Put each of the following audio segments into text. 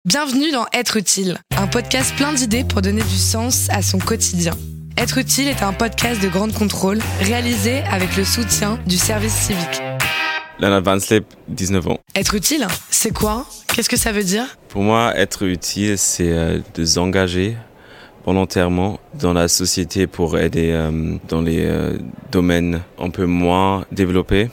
Bienvenue dans Être utile, un podcast plein d'idées pour donner du sens à son quotidien. Être utile est un podcast de Grande Contrôle réalisé avec le soutien du service civique. Leonard Van Sleep, 19 ans. Être utile, c'est quoi ? Qu'est-ce que ça veut dire ? Pour moi, être utile, c'est de s'engager volontairement dans la société pour aider dans les domaines un peu moins développés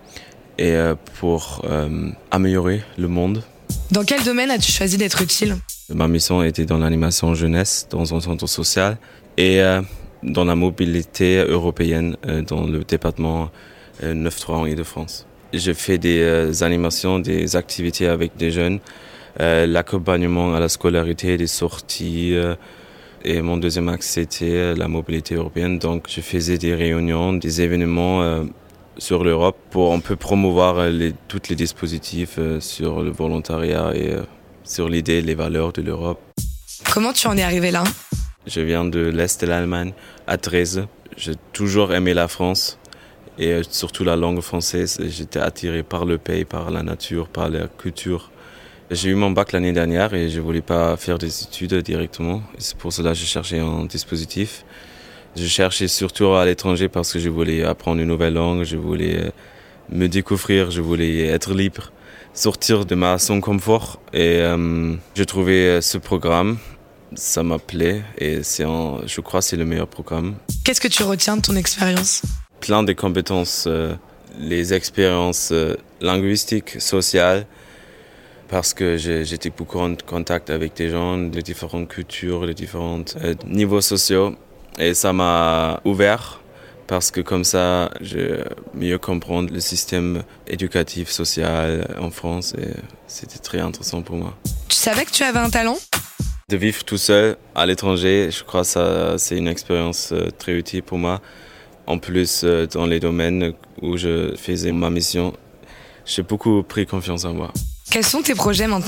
et pour améliorer le monde. Dans quel domaine as-tu choisi d'être utile ? Ma mission était dans l'animation jeunesse, dans un centre social et dans la mobilité européenne dans le département 9-3 en Île-de-France. Je fais des animations, des activités avec des jeunes, l'accompagnement à la scolarité, des sorties. Et mon deuxième axe, c'était la mobilité européenne. Donc, je faisais des réunions, des événements sur l'Europe pour un peu promouvoir tous les dispositifs sur le volontariat et sur l'idée, les valeurs de l'Europe. Comment tu en es arrivé là ? Je viens de l'Est de l'Allemagne, à Dresde. J'ai toujours aimé la France et surtout la langue française. J'étais attiré par le pays, par la nature, par la culture. J'ai eu mon bac l'année dernière et je voulais pas faire des études directement. Et c'est pour cela que je cherchais un dispositif. Je cherchais surtout à l'étranger parce que je voulais apprendre une nouvelle langue, je voulais me découvrir, je voulais être libre, sortir de ma zone de confort. Et j'ai trouvé ce programme, ça m'a plu et je crois que c'est le meilleur programme. Qu'est-ce que tu retiens de ton expérience ? Plein de compétences, les expériences linguistiques, sociales, parce que j'étais beaucoup en contact avec des gens de différentes cultures, de différents niveaux sociaux. Et ça m'a ouvert parce que comme ça, je mieux comprendre le système éducatif, social en France et c'était très intéressant pour moi. Tu savais que tu avais un talent ? De vivre tout seul à l'étranger, je crois que ça, c'est une expérience très utile pour moi. En plus, dans les domaines où je faisais ma mission, j'ai beaucoup pris confiance en moi. Quels sont tes projets maintenant ?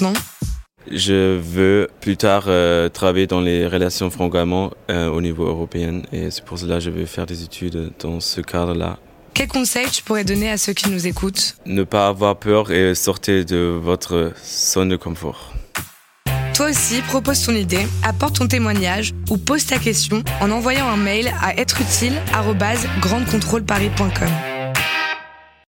Je veux plus tard travailler dans les relations franco-allemandes au niveau européen et c'est pour cela que je vais faire des études dans ce cadre-là. Quels conseils tu pourrais donner à ceux qui nous écoutent ? Ne pas avoir peur et sortir de votre zone de confort. Toi aussi, propose ton idée, apporte ton témoignage ou pose ta question en envoyant un mail à êtreutile@grandecontrôleparis.com.